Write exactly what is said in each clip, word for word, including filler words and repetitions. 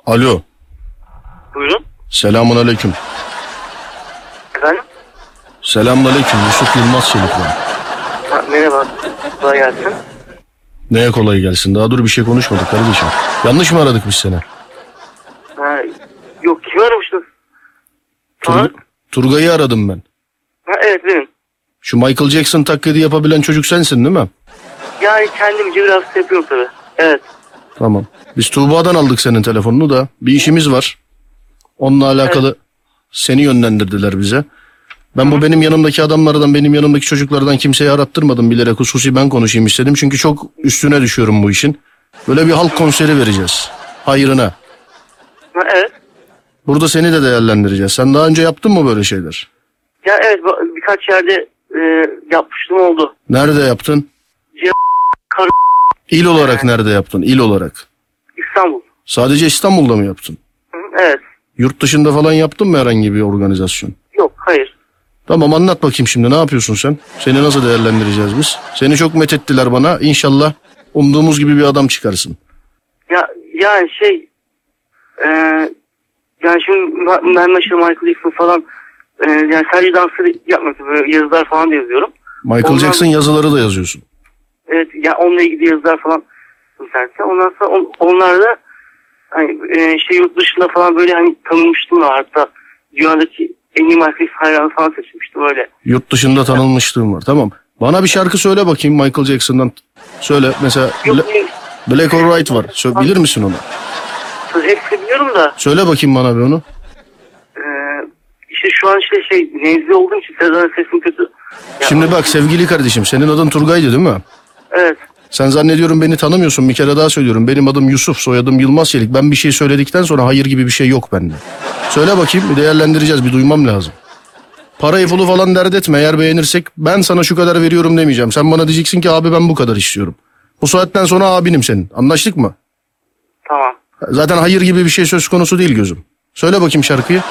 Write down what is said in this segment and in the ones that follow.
Alo. Buyurun. Selamun aleyküm. Efendim? Selamun aleyküm. Yusuf Yılmaz Çelik ben. Ha, merhaba. Kolay gelsin. Neye kolay gelsin? Daha dur bir şey konuşmadık kardeşim. Yanlış mı aradık biz seni? Ha, yok, kimi aramıştınız? Tur Ha? Turgay'ı aradım ben. Ha, evet benim. Şu Michael Jackson taklidi yapabilen çocuk sensin değil mi? Yani kendimce biraz yapıyorum tabii. Evet. Tamam. Biz Tuğba'dan aldık senin telefonunu da. Bir işimiz var. Onunla alakalı seni yönlendirdiler bize. Ben bu benim yanımdaki adamlardan, benim yanımdaki çocuklardan kimseyi arattırmadım bilerek, hususi ben konuşayım istedim. Çünkü çok üstüne düşüyorum bu işin. Böyle bir halk konseri vereceğiz. Hayrına. Ha, evet. Burada seni de değerlendireceğiz. Sen daha önce yaptın mı böyle şeyler? Ya evet, ba- birkaç yerde e, yapmıştım, oldu. Nerede yaptın? C- Kar- İl olarak nerede yaptın? İl olarak. İstanbul. Sadece İstanbul'da mı yaptın? Hı, evet. Yurt dışında falan yaptın mı herhangi bir organizasyon? Yok, hayır. Tamam, anlat bakayım şimdi, ne yapıyorsun sen? Seni nasıl değerlendireceğiz biz? Seni çok methettiler bana. İnşallah umduğumuz gibi bir adam çıkarsın. Ya yani şey e, yani şimdi ben ben mesela Michael Jackson falan e, yani sadece dansları yapmıyorum, böyle yazılar falan da yazıyorum. Michael Ondan- Jackson yazıları da yazıyorsun. Evet, yani onunla ilgili yazılar falan internette. Ondan sonra on, onlar da hani e, işte yurt dışında falan böyle hani tanınmıştım da, hatta dünyadaki en iyi Michael Jackson hayranı falan seçmiştim öyle. Yurt dışında tanınmışlığın var. Tamam. Bana bir şarkı söyle bakayım Michael Jackson'dan. Söyle mesela. Yok, Bla- benim Black or White var. Sö- bilir misin onu? söz hepsini biliyorum da Söyle bakayım bana bir onu. e, işte şu an işte şey nezle olduğum için Sezar'ın sesim kötü. Ya, Şimdi bak sevgili kardeşim, senin adın Turgay'dı değil mi? evet. Sen zannediyorum beni tanımıyorsun, bir kere daha söylüyorum. Benim adım Yusuf, soyadım Yılmaz Çelik. Ben bir şey söyledikten sonra hayır gibi bir şey yok bende. Söyle bakayım, bir değerlendireceğiz, bir duymam lazım. Parayı pulu falan dert etme, eğer beğenirsek ben sana şu kadar veriyorum demeyeceğim. Sen bana diyeceksin ki abi ben bu kadar istiyorum. Bu saatten sonra abinim senin, anlaştık mı? Tamam. Zaten hayır gibi bir şey söz konusu değil gözüm. Söyle bakayım şarkıyı.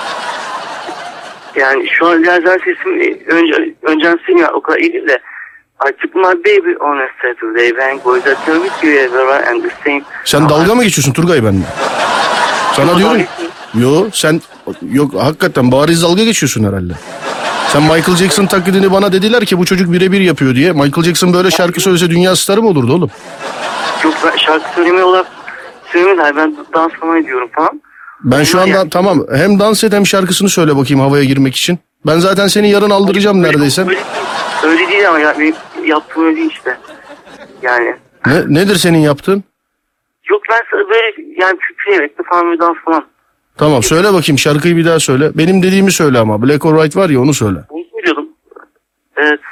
Yani şu an Sezar sesim e, önce önceden sesim ya o kadar iyi değil de I took my baby on a Saturday when boys are turn with you everyone and the same. Sen dalga mı geçiyorsun Turgay benimle? Sana diyorum. Yo sen yok hakikaten bariz dalga geçiyorsun herhalde. Sen Michael Jackson taklidini bana dediler ki bu çocuk birebir yapıyor diye. Michael Jackson böyle şarkı söylese dünya starı mı olurdu oğlum? Yok, ben şarkı söylemeyi olarak söylemeyi, ben dans falan ediyorum falan. Ben şu anda Yani- tamam, hem dans et hem şarkısını söyle bakayım havaya girmek için. Ben zaten seni yarın aldıracağım neredeyse. Öyle, öyle değil ama ya, benim yaptığım öyle değil işte. Yani Ne, nedir senin yaptığın? yok, ben sana böyle yani playback'te falan böyle dans falan. Tamam söyle bakayım, şarkıyı bir daha söyle. Benim dediğimi söyle ama. Black or White var ya, onu söyle. Bunu söylüyordum. Evet.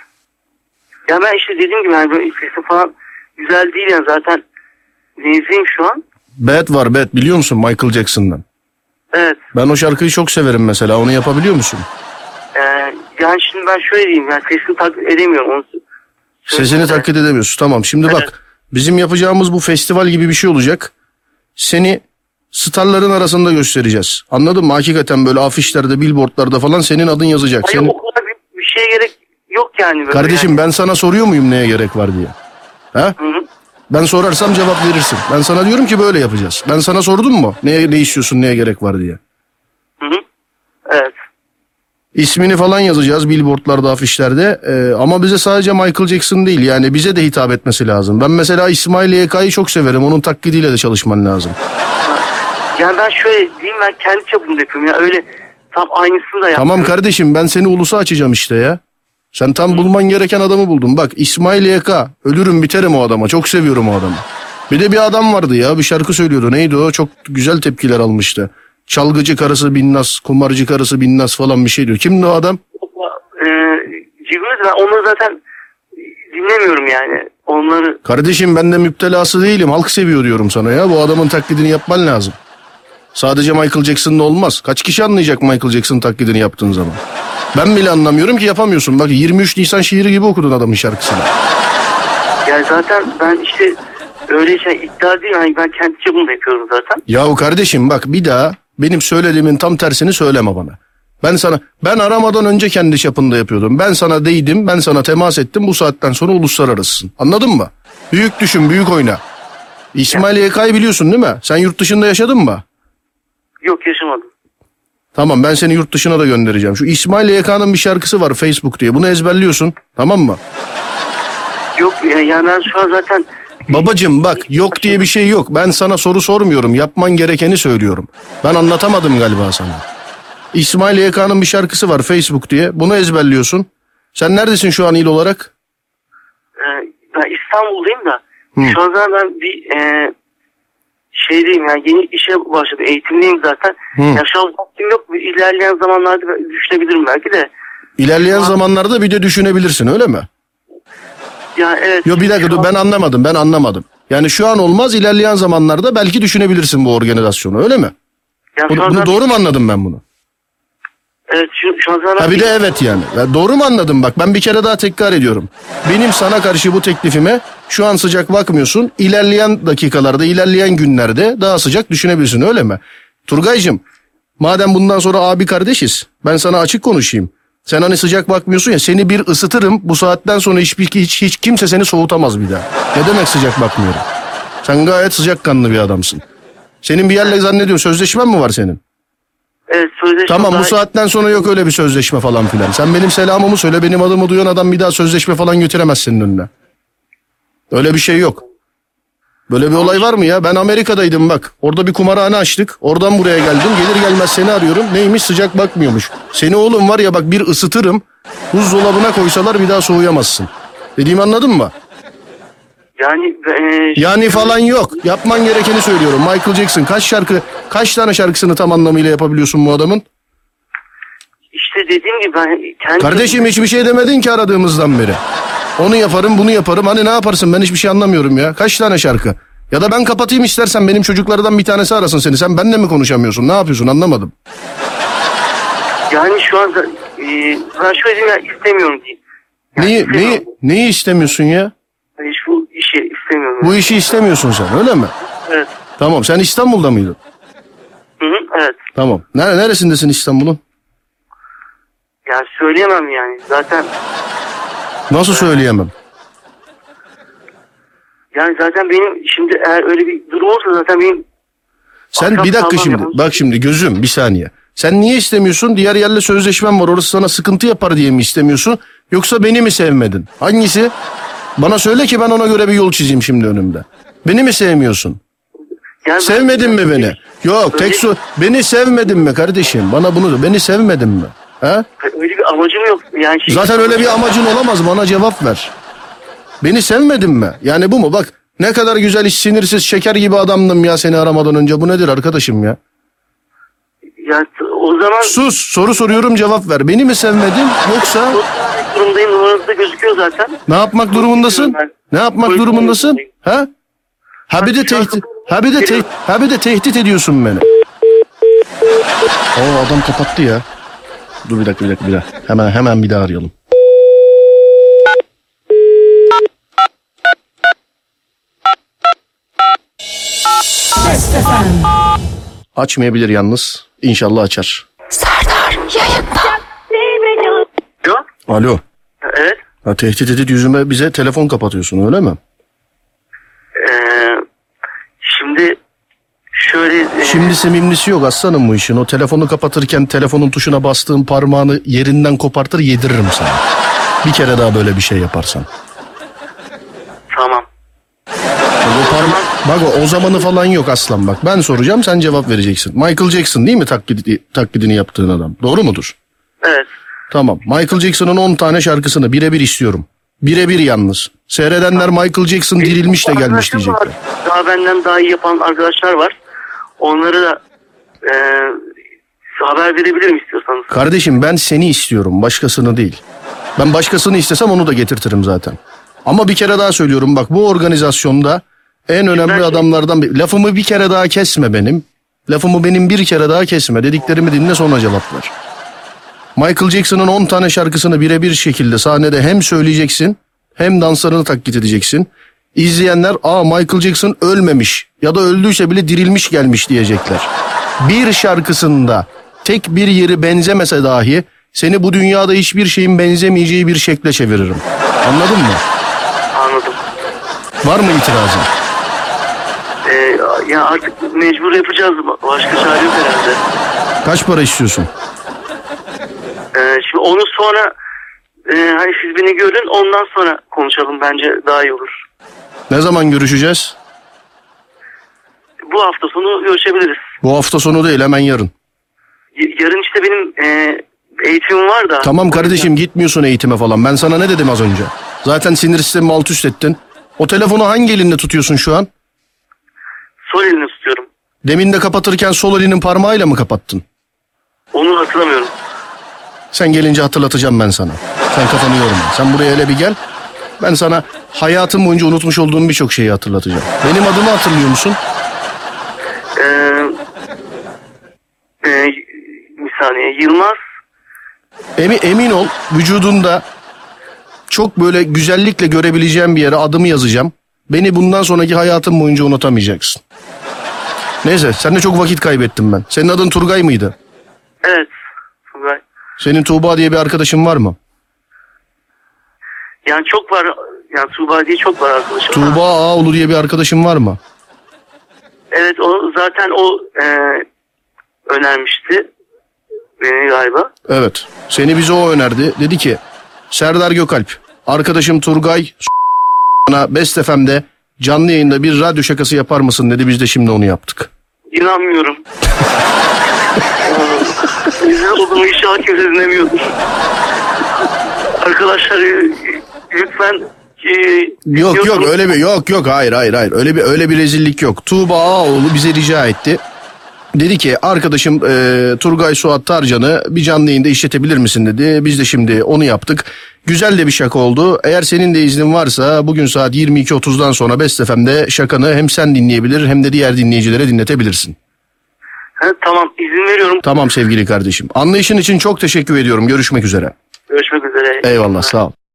Ya ben işte dediğim gibi yani böyle sesim falan güzel değil yani, zaten nezleyim şu an. Bad var, Bad, biliyor musun Michael Jackson'dan? Evet. Ben o şarkıyı çok severim mesela, onu yapabiliyor musun? Ee, yani şimdi ben şöyle diyeyim, yani sesini taklit edemiyorum onu. Sesini Evet. taklit edemiyorsun. Tamam şimdi Evet. bak, bizim yapacağımız bu festival gibi bir şey olacak. Seni starların arasında göstereceğiz. Anladın mı? Hakikaten böyle afişlerde, billboardlarda falan senin adın yazacak. Hayır, Senin... o kadar bir, bir şeye gerek yok yani. Böyle Kardeşim yani. ben sana soruyor muyum neye gerek var diye? Ha? Hı hı. Ben sorarsam cevap verirsin. Ben sana diyorum ki böyle yapacağız. Ben sana sordum mu? Neye, ne istiyorsun, neye gerek var diye? Hı hı. Evet. İsmini falan yazacağız billboardlarda, afişlerde. Ee, ama bize sadece Michael Jackson değil, yani bize de hitap etmesi lazım. Ben mesela İsmail Y K'yı çok severim. Onun taklidiyle de çalışman lazım. Yani ben şöyle diyeyim, ben kendi çapımda yapıyorum ya, öyle tam aynısını da yapmıyorum. Tamam kardeşim, ben seni ulusa açacağım işte ya. Sen tam bulman gereken adamı buldun. Bak İsmail Y K. Ölürüm biterim o adama. Çok seviyorum o adamı. Bir de bir adam vardı ya, bir şarkı söylüyordu. Neydi o? Çok güzel tepkiler almıştı. Çalgıcı karısı Binnaz, kumarcı karısı Binnaz falan bir şey diyor. Kimdi o adam? Ee, Cigöz, ben onları zaten dinlemiyorum yani. Onları Kardeşim ben de müptelası değilim. Halk seviyor diyorum sana ya. Bu adamın taklidini yapman lazım. Sadece Michael Jackson'da olmaz. Kaç kişi anlayacak Michael Jackson taklidini yaptığın zaman? Ben bile anlamıyorum ki, yapamıyorsun. Bak yirmi üç Nisan şiiri gibi okudun adamın şarkısını. yani zaten ben işte öyle şey iddia değil yani, ben kendi çapımda yapıyorum zaten. Yahu kardeşim bak, bir daha benim söylediğimin tam tersini söyleme bana. Ben sana, ben aramadan önce kendi çapında yapıyordum. Ben sana değdim, ben sana temas ettim. Bu saatten sonra uluslararasısın. Anladın mı? Büyük düşün, büyük oyna. İsmail Y K'yı biliyorsun değil mi? Sen yurt dışında yaşadın mı? Yok, yaşamadım. Tamam, ben seni yurt dışına da göndereceğim. Şu İsmail Y K'nın bir şarkısı var Facebook diye. Bunu ezberliyorsun, tamam mı? Yok e, yani ben şu an zaten... Babacım bak, yok diye bir şey yok. Ben sana soru sormuyorum. Yapman gerekeni söylüyorum. Ben anlatamadım galiba sana. İsmail Y K'nın bir şarkısı var Facebook diye. Bunu ezberliyorsun. Sen neredesin şu an il olarak? E, ben İstanbul'dayım da. Hı. Şu an zaten ben bir e, şeydeyim yani, yeni işe başladım. Eğitimdeyim zaten. Hı. Ya şu an vaktim yok. İlerleyen zamanlarda düşünebilirim belki de. İlerleyen Şu an- zamanlarda bir de düşünebilirsin, öyle mi? Ya evet. Yo bir dakika Şu dur, an- ben anlamadım ben anlamadım. Yani şu an olmaz, ilerleyen zamanlarda belki düşünebilirsin bu organizasyonu, öyle mi? Ya Bunu, şu an bunu zaten- doğru mu anladım ben bunu? Evet şu, şu an zaten... Ha bir de evet yani. Ya doğru mu anladım bak, ben bir kere daha tekrar ediyorum. Benim sana karşı bu teklifime şu an sıcak bakmıyorsun. İlerleyen dakikalarda, ilerleyen günlerde daha sıcak düşünebilirsin, öyle mi? Turgaycığım, madem bundan sonra abi kardeşiz, ben sana açık konuşayım. Sen hani sıcak bakmıyorsun ya, seni bir ısıtırım. Bu saatten sonra hiçbir hiç, hiç kimse seni soğutamaz bir daha. Ne demek sıcak bakmıyorum? Sen gayet sıcakkanlı bir adamsın. Senin bir yerle zannediyorsun, sözleşmen mi var senin? Evet, sözleşme Tamam, daha- bu saatten sonra yok öyle bir sözleşme falan filan. Sen benim selamımı söyle, benim adımı duyan adam bir daha sözleşme falan götüremez senin önüne. Öyle bir şey yok. Böyle bir olay var mı ya? Ben Amerika'daydım bak. Orada bir kumarhane açtık. Oradan buraya geldim. Gelir gelmez seni arıyorum. Neymiş, sıcak bakmıyormuş. Seni oğlum var ya bak, bir ısıtırım. Buzdolabına koysalar bir daha soğuyamazsın. Dediğimi anladın mı? Yani e, Yani falan yok. Yapman gerekeni söylüyorum. Michael Jackson kaç şarkı, kaç tane şarkısını tam anlamıyla yapabiliyorsun bu adamın? işte dediğim gibi ben kendi... Kardeşim hiçbir şey demedin ki aradığımızdan beri. Onu yaparım, bunu yaparım. Hani ne yaparsın, ben hiçbir şey anlamıyorum ya. Kaç tane şarkı? Ya da ben kapatayım istersen, benim çocuklardan bir tanesi arasın seni. Sen benimle mi konuşamıyorsun? Ne yapıyorsun, anlamadım. Yani şu anda e, ben şöyle diyeyim ya, istemiyorum diyeyim. Yani Neyi, istemiyorum. neyi, neyi istemiyorsun ya? Yani şu işi istemiyorum. Bu işi istemiyorsun sen, öyle mi? Evet. Tamam, sen İstanbul'da mıydın? Hı hı, evet. Tamam. Nere, neresindesin İstanbul'un? Yani söyleyemem yani. Zaten Nasıl söyleyemem? yani zaten benim şimdi eğer öyle bir durum olsa zaten benim... Sen Akşam bir dakika kalmam şimdi. lazım. Bak şimdi gözüm, bir saniye. Sen niye istemiyorsun? Diğer yerle sözleşmem var. Orası sana sıkıntı yapar diye mi istemiyorsun? Yoksa beni mi sevmedin? Hangisi? Bana söyle ki ben ona göre bir yol çizeyim şimdi önümde. Beni mi sevmiyorsun? Yani Sevmedin mi beni? Yok, tek su beni sevmedin mi kardeşim? Bana bunu beni sevmedin mi? He? Öyle bir amacım yok. Yani şey, Zaten öyle bir amacın olamaz, bana cevap ver. Beni sevmedin mi? Yani bu mu? Bak ne kadar güzel, hiç sinirsiz, şeker gibi adamdım ya seni aramadan önce. Bu nedir arkadaşım ya? Yani o zaman... Sus, soru soruyorum, cevap ver. Beni mi sevmedin yoksa Sosyal durumdayım, numaranızda gözüküyor zaten. ne yapmak durumundasın? Ne yapmak durumundasın? Ha? Ha bir de tehdit, ha bir de tehdit, ha bir de tehdit ediyorsun beni. Oo, adam kapattı ya. Dur bir dakika, bir dakika, bir dakika. Hemen hemen bir daha arayalım. Açmayabilir yalnız. İnşallah açar. Serdar yayında. Yok. Alo. Evet. Ha, tehdit edip yüzüme bize telefon kapatıyorsun, öyle mi? Ee, şimdi şöyle... e, Şimdisi mimlisi yok aslanım bu işin. O telefonu kapatırken telefonun tuşuna bastığın parmağını yerinden kopartır yediririm sana. Bir kere daha böyle bir şey yaparsan. Tamam. Bak o, parma- bak o, o zamanı falan yok aslan bak. Ben soracağım, sen cevap vereceksin. Michael Jackson değil mi taklidi, taklidini yaptığın adam? Doğru mudur? Evet. Tamam. Michael Jackson'ın on tane şarkısını birebir istiyorum. Birebir yalnız. Seyredenler Michael Jackson dirilmiş de gelmiş Arkadaşlarım var. diyecekler. Daha benden daha iyi yapan arkadaşlar var. Onları da e, haber verebilirim istiyorsanız. Kardeşim ben seni istiyorum, başkasını değil. Ben başkasını istesem onu da getirtirim zaten. Ama bir kere daha söylüyorum bak, bu organizasyonda en önemli Ben- adamlardan bir... Lafımı bir kere daha kesme benim. Lafımı benim bir kere daha kesme. Dediklerimi dinle, sonra cevap ver. Michael Jackson'ın on tane şarkısını birebir şekilde sahnede hem söyleyeceksin hem danslarını taklit edeceksin. İzleyenler aa Michael Jackson ölmemiş ya da öldüyse bile dirilmiş gelmiş diyecekler. Bir şarkısında tek bir yeri benzemese dahi seni bu dünyada hiçbir şeyin benzemeyeceği bir şekle çeviririm. Anladın mı? Anladım. Var mı itirazın? Ee, ya artık mecbur yapacağız. Başka çare yok herhalde. Kaç para istiyorsun? Ee, şimdi onu sonra e, hani siz beni görün, ondan sonra konuşalım, bence daha iyi olur. Ne zaman görüşeceğiz? Bu hafta sonu görüşebiliriz. Bu hafta sonu değil, hemen yarın. Y- yarın işte benim e, eğitimim var da. Tamam kardeşim, gitmiyorsun eğitime falan. Ben sana ne dedim az önce? Zaten sinir sistemimi alt üst ettin. O telefonu hangi elinde tutuyorsun şu an? Sol elini tutuyorum. Demin de kapatırken sol elinin parmağıyla mı kapattın? Onu hatırlamıyorum. Sen gelince hatırlatacağım ben sana. Sen kafanı yorma. Sen buraya hele bir gel. Ben sana hayatım boyunca unutmuş olduğum birçok şeyi hatırlatacağım. Benim adımı hatırlıyor musun? Ee, e, bir saniye. Yılmaz. Emin, emin ol, vücudunda çok böyle güzellikle görebileceğim bir yere adımı yazacağım. Beni bundan sonraki hayatım boyunca unutamayacaksın. Neyse, sen de çok vakit kaybettim ben. Senin adın Turgay mıydı? Evet. Tugay. Senin Tuğba diye bir arkadaşın var mı? Yani çok var. Yani Tuğba diye çok var arkadaşım. Tuğba Ağoğlu diye bir arkadaşın var mı? Evet, o zaten o e, önermişti beni galiba. Evet. Seni bize o önerdi. Dedi ki Serdar Gökalp, arkadaşım Turgay bana Best F M'de canlı yayında bir radyo şakası yapar mısın dedi. Biz de şimdi onu yaptık. İnanmıyorum. Güzel olduğumu inşallah kimse dinlemiyordur. Arkadaşlar e, lütfen e, Yok yok diyorsunuz- öyle bir yok yok hayır hayır hayır öyle bir öyle bir rezillik yok. Tuğba Ağoğlu bize rica etti. Dedi ki arkadaşım e, Turgay Suat Tarcan'ı bir canlı yayında işletebilir misin dedi. Biz de şimdi onu yaptık. Güzel de bir şaka oldu. Eğer senin de iznin varsa bugün saat yirmi iki otuzdan sonra Best F M'de şakanı hem sen dinleyebilir hem de diğer dinleyicilere dinletebilirsin. Ha, tamam, izin veriyorum. Tamam sevgili kardeşim. Anlayışın için çok teşekkür ediyorum. Görüşmek üzere. Görüşmek üzere. Eyvallah, sağ ol.